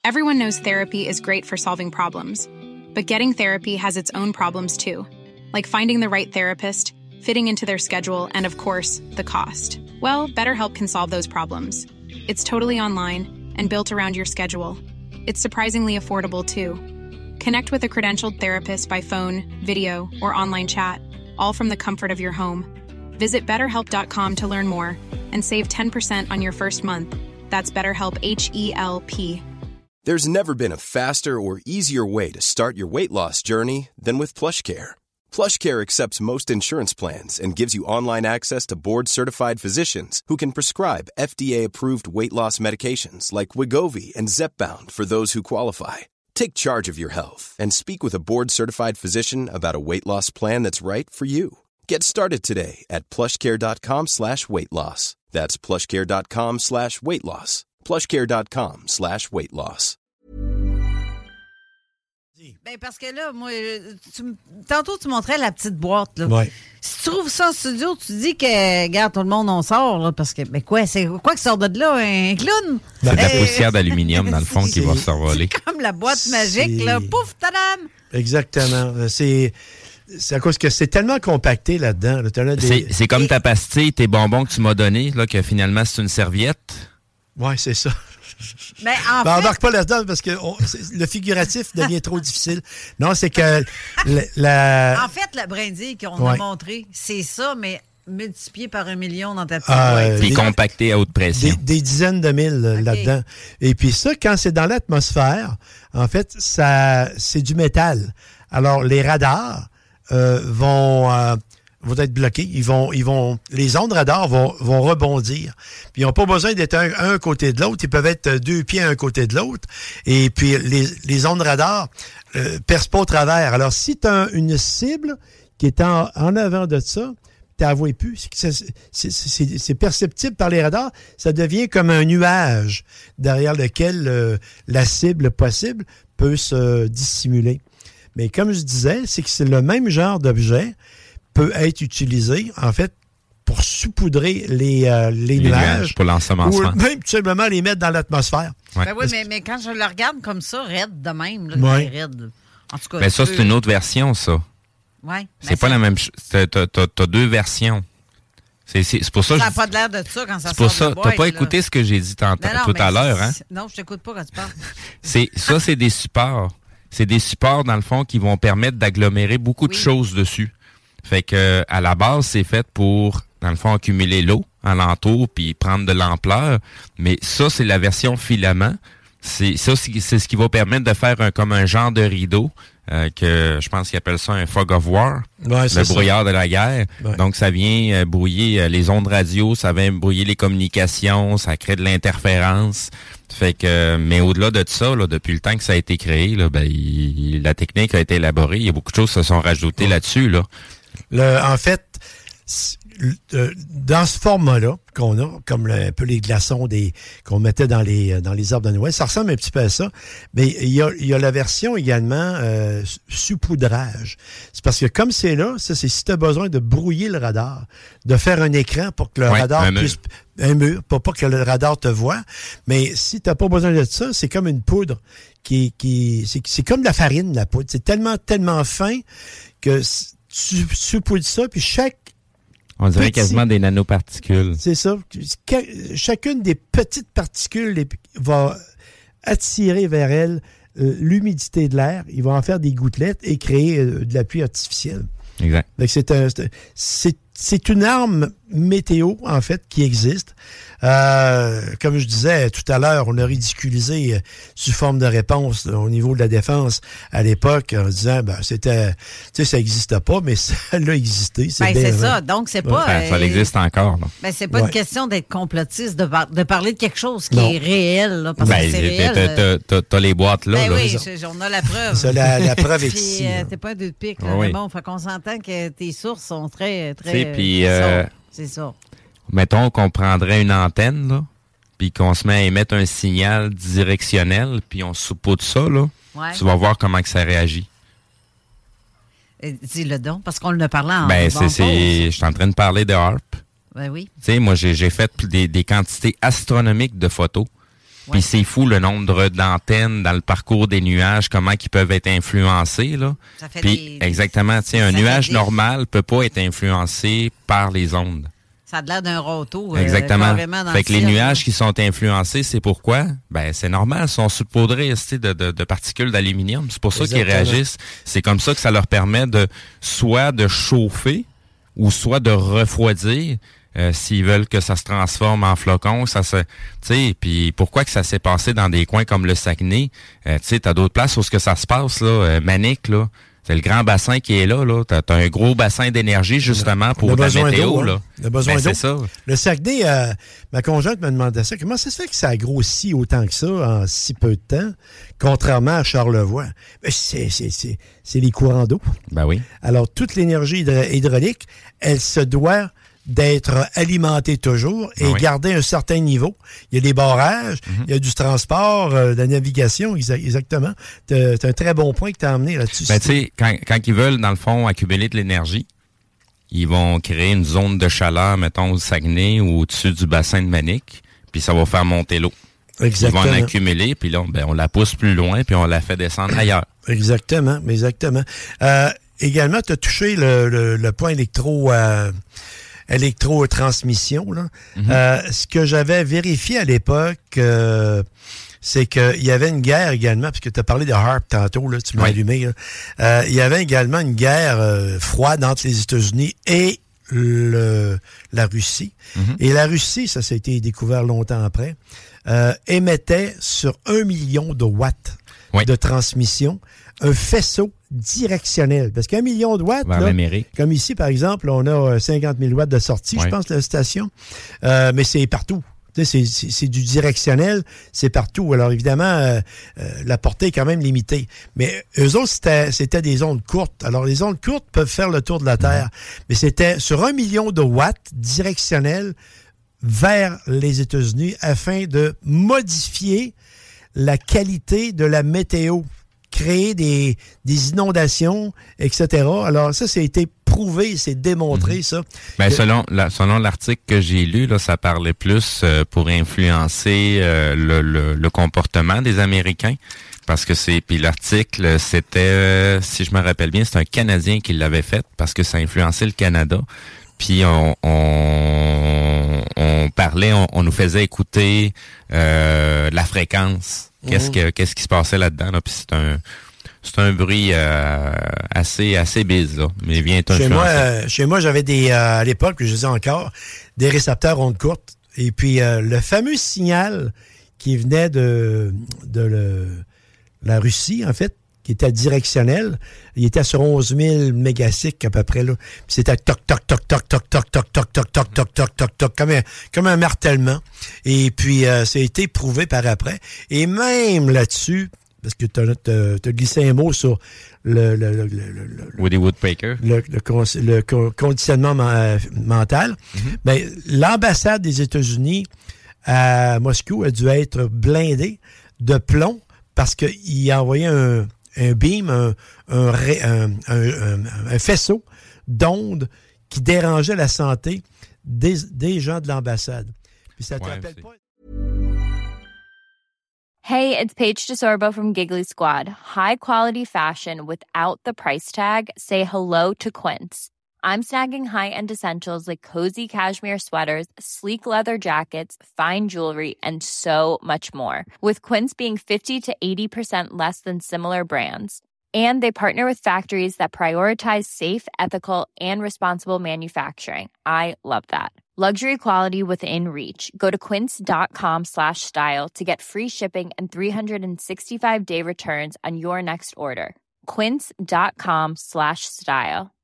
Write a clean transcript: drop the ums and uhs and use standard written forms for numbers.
Everyone knows therapy is great for solving problems, but getting therapy has its own problems too, like finding the right therapist, fitting into their schedule, and of course, the cost. Well, BetterHelp can solve those problems. It's totally online and built around your schedule. It's surprisingly affordable too. Connect with a credentialed therapist by phone, video, or online chat, all from the comfort of your home. Visit BetterHelp.com to learn more and save 10% on your first month. That's BetterHelp, H-E-L-P. There's never been a faster or easier way to start your weight loss journey than with PlushCare. PlushCare accepts most insurance plans and gives you online access to board-certified physicians who can prescribe FDA-approved weight loss medications like Wegovy and Zepbound for those who qualify. Take charge of your health and speak with a board-certified physician about a weight loss plan that's right for you. Get started today at plushcare.com/weight loss. That's plushcare.com/weight loss. plushcare.com/weight loss. Ben parce que là, moi, tantôt tu montrais la petite boîte. Là. Ouais. Si tu trouves ça en studio, tu dis que, regarde, tout le monde, on sort. Là, parce que, ben quoi, c'est quoi qui sort de là? Un clown? C'est de la poussière d'aluminium, dans le fond, qui va s'envoler. C'est comme la boîte magique, là. Pouf, tadam! Exactement. C'est à cause que c'est tellement compacté là-dedans. Là, C'est comme ta pastille, tes bonbons que tu m'as donnés, là, que finalement, c'est une serviette. Oui, c'est ça. Mais en fait... embarque pas là-dedans parce que le figuratif devient trop difficile. Non, c'est que En fait, le brindille qu'on a montré, c'est ça, mais multiplié par 1 million dans ta petite boîte. Puis compacté à haute pression. Des dizaines de mille là-dedans. Et puis ça, quand c'est dans l'atmosphère, en fait, c'est du métal. Alors, les radars vont être bloqués. Les ondes radars vont rebondir. Puis ils n'ont pas besoin d'être un côté de l'autre. Ils peuvent être 2 pieds un côté de l'autre. Et puis les ondes radars percent pas au travers. Alors, si tu as une cible qui est en avant de ça, tu la vois plus. C'est perceptible par les radars. Ça devient comme un nuage derrière lequel la cible possible peut se dissimuler. Mais comme je disais, c'est que c'est le même genre d'objet peut être utilisé, en fait, pour saupoudrer les nuages. Pour l'ensemencement. Ou même tout simplement les mettre dans l'atmosphère. Ouais. Ben oui, mais quand je le regarde comme ça, raide de même, là, raide. En tout cas, ben ça, c'est une autre version, ça. Oui. C'est pas la même chose. T'as 2 versions. C'est pour ça ça n'a pas de l'air de ça quand ça sort de la boîte. T'as pas écouté ce que j'ai dit tout à l'heure, hein? Non, je t'écoute pas quand tu parles. C'est des supports. C'est des supports, dans le fond, qui vont permettre d'agglomérer beaucoup de choses dessus. Fait que à la base, c'est fait pour, dans le fond, accumuler l'eau alentour puis prendre de l'ampleur. Mais ça, c'est la version filament. C'est ce qui va permettre de faire comme un genre de rideau que je pense qu'ils appellent ça un fog of war, le brouillard de la guerre. Ouais. Donc, ça vient brouiller les ondes radio, ça vient brouiller les communications, ça crée de l'interférence. Fait que, mais au-delà de ça, là, depuis le temps que ça a été créé, là, la technique a été élaborée. Il y a beaucoup de choses qui se sont rajoutées là-dessus, là. En fait, dans ce format-là qu'on a, comme un peu les glaçons qu'on mettait dans les arbres de Noël, ça ressemble un petit peu à ça. Mais il y a la version également saupoudrage. C'est parce que comme c'est là, ça c'est si tu as besoin de brouiller le radar, de faire un écran pour que le radar puisse... Un mur, pas que le radar te voit. Mais si tu n'as pas besoin de ça, c'est comme une poudre c'est comme de la farine, la poudre. C'est tellement fin que tu saupoudres ça, puis on dirait quasiment des nanoparticules. C'est ça. Chacune des petites particules va attirer vers elle l'humidité de l'air. Il va en faire des gouttelettes et créer de la pluie artificielle. Exact. Donc c'est une arme météo, en fait, qui existe. Comme je disais tout à l'heure, on a ridiculisé sous forme de réponse au niveau de la défense à l'époque en disant, c'était, tu sais, ça n'existe pas, mais ça a existé. C'est ça. Donc, c'est pas... Ça existe encore. C'est pas une question d'être complotiste, de parler de quelque chose qui est réel. Là, parce que c'est réel. T'as les boîtes là. Oui, on a la preuve. Ça, la preuve est ici. T'es pas un 2 de pique. Là, mais bon, fait qu'on s'entend que tes sources sont très... puis... c'est ça. Mettons qu'on prendrait une antenne, là, puis qu'on se met à émettre un signal directionnel, puis on saupoudre ça, là. Ouais. Tu vas voir comment que ça réagit. Dis-le donc, parce qu'on le parlait en je suis en train de parler de HAARP. Ben oui. Tu sais, moi, j'ai fait des quantités astronomiques de photos. Puis c'est fou le nombre d'antennes dans le parcours des nuages, comment ils peuvent être influencés, là. Ça fait exactement, tiens, un nuage normal peut pas être influencé par les ondes. Ça a l'air d'un roto. Exactement. Dans fait que les nuages qui sont influencés, c'est pourquoi? Ben, c'est normal, ils sont saupoudrés de particules d'aluminium. C'est pour ça qu'ils réagissent. C'est comme ça que ça leur permet soit de chauffer ou soit de refroidir. S'ils veulent que ça se transforme en flocons, puis pourquoi que ça s'est passé dans des coins comme le Saguenay? Tu sais, t'as d'autres places où ce que ça se passe, là, Manic, là. C'est le grand bassin qui est là. T'as un gros bassin d'énergie, justement, pour la météo, là. Le besoin d'eau. C'est ça. Le Saguenay, ma conjointe me demandait ça. Comment ça se fait que ça a grossi autant que ça en si peu de temps, contrairement à Charlevoix? Mais c'est les courants d'eau. Ben oui. Alors, toute l'énergie hydraulique, elle se doit d'être alimenté toujours et garder un certain niveau. Il y a des barrages, il y a du transport, de la navigation, exactement. C'est un très bon point que tu as amené là-dessus. Ben, tu sais, quand ils veulent, dans le fond, accumuler de l'énergie, ils vont créer une zone de chaleur, mettons, au Saguenay ou au-dessus du bassin de Manic, puis ça va faire monter l'eau. Exactement. Ils vont en accumuler, puis là, on la pousse plus loin, puis on la fait descendre ailleurs. Exactement. Également, tu as touché le point électrotransmission. Là. Ce que j'avais vérifié à l'époque, c'est qu'il y avait une guerre également, puisque tu as parlé de HAARP tantôt, là, tu m'as allumé. Là. Il y avait également une guerre froide entre les États-Unis et la Russie. Et la Russie, ça a été découvert longtemps après, émettait sur 1 million de watts de transmission un faisceau directionnel. Parce qu'1 million de watts, là, comme ici, par exemple, on a 50 000 watts de sortie, je pense, de la station. Mais c'est partout. C'est du directionnel, c'est partout. Alors, évidemment, la portée est quand même limitée. Mais eux autres, c'était des ondes courtes. Alors, les ondes courtes peuvent faire le tour de la Terre. Mais c'était sur 1 million de watts directionnels vers les États-Unis afin de modifier la qualité de la météo, créer des inondations, etc. Alors, ça a été prouvé, c'est démontré, ça. Ben, selon l'article que j'ai lu, là, ça parlait plus pour influencer le comportement des Américains. Parce que puis l'article, c'était, si je me rappelle bien, c'est un Canadien qui l'avait fait parce que ça influençait le Canada. Puis on parlait, on nous faisait écouter la fréquence. Qu'est-ce qui se passait là-dedans, là? Puis c'est un bruit assez bise, là. Mais bien chez moi, j'avais à l'époque, puis je disais encore, des récepteurs ondes courtes. Et puis le fameux signal qui venait de la Russie, en fait, qui était directionnel, il était sur 11 000 mégacycles à peu près, là. Puis c'était toc, toc, toc, toc, toc, toc, toc, toc, toc, toc, toc, toc, toc, toc, comme un martèlement. Et puis, ça a été prouvé par après. Et même là-dessus, parce que t'as glissé un mot sur Woody Woodpecker. Le conditionnement mental. Ben, l'ambassade des États-Unis à Moscou a dû être blindée de plomb parce qu'il a envoyé un beam, un faisceau d'ondes qui dérangeait la santé des gens de l'ambassade. Puis ça te rappelle pas... Hey, it's Paige DeSorbo from Giggly Squad. High quality fashion without the price tag. Say hello to Quince. I'm snagging high-end essentials like cozy cashmere sweaters, sleek leather jackets, fine jewelry, and so much more. With Quince being 50 to 80% less than similar brands. And they partner with factories that prioritize safe, ethical, and responsible manufacturing. I love that. Luxury quality within reach. Go to quince.com/style to get free shipping and 365-day returns on your next order. Quince.com/style.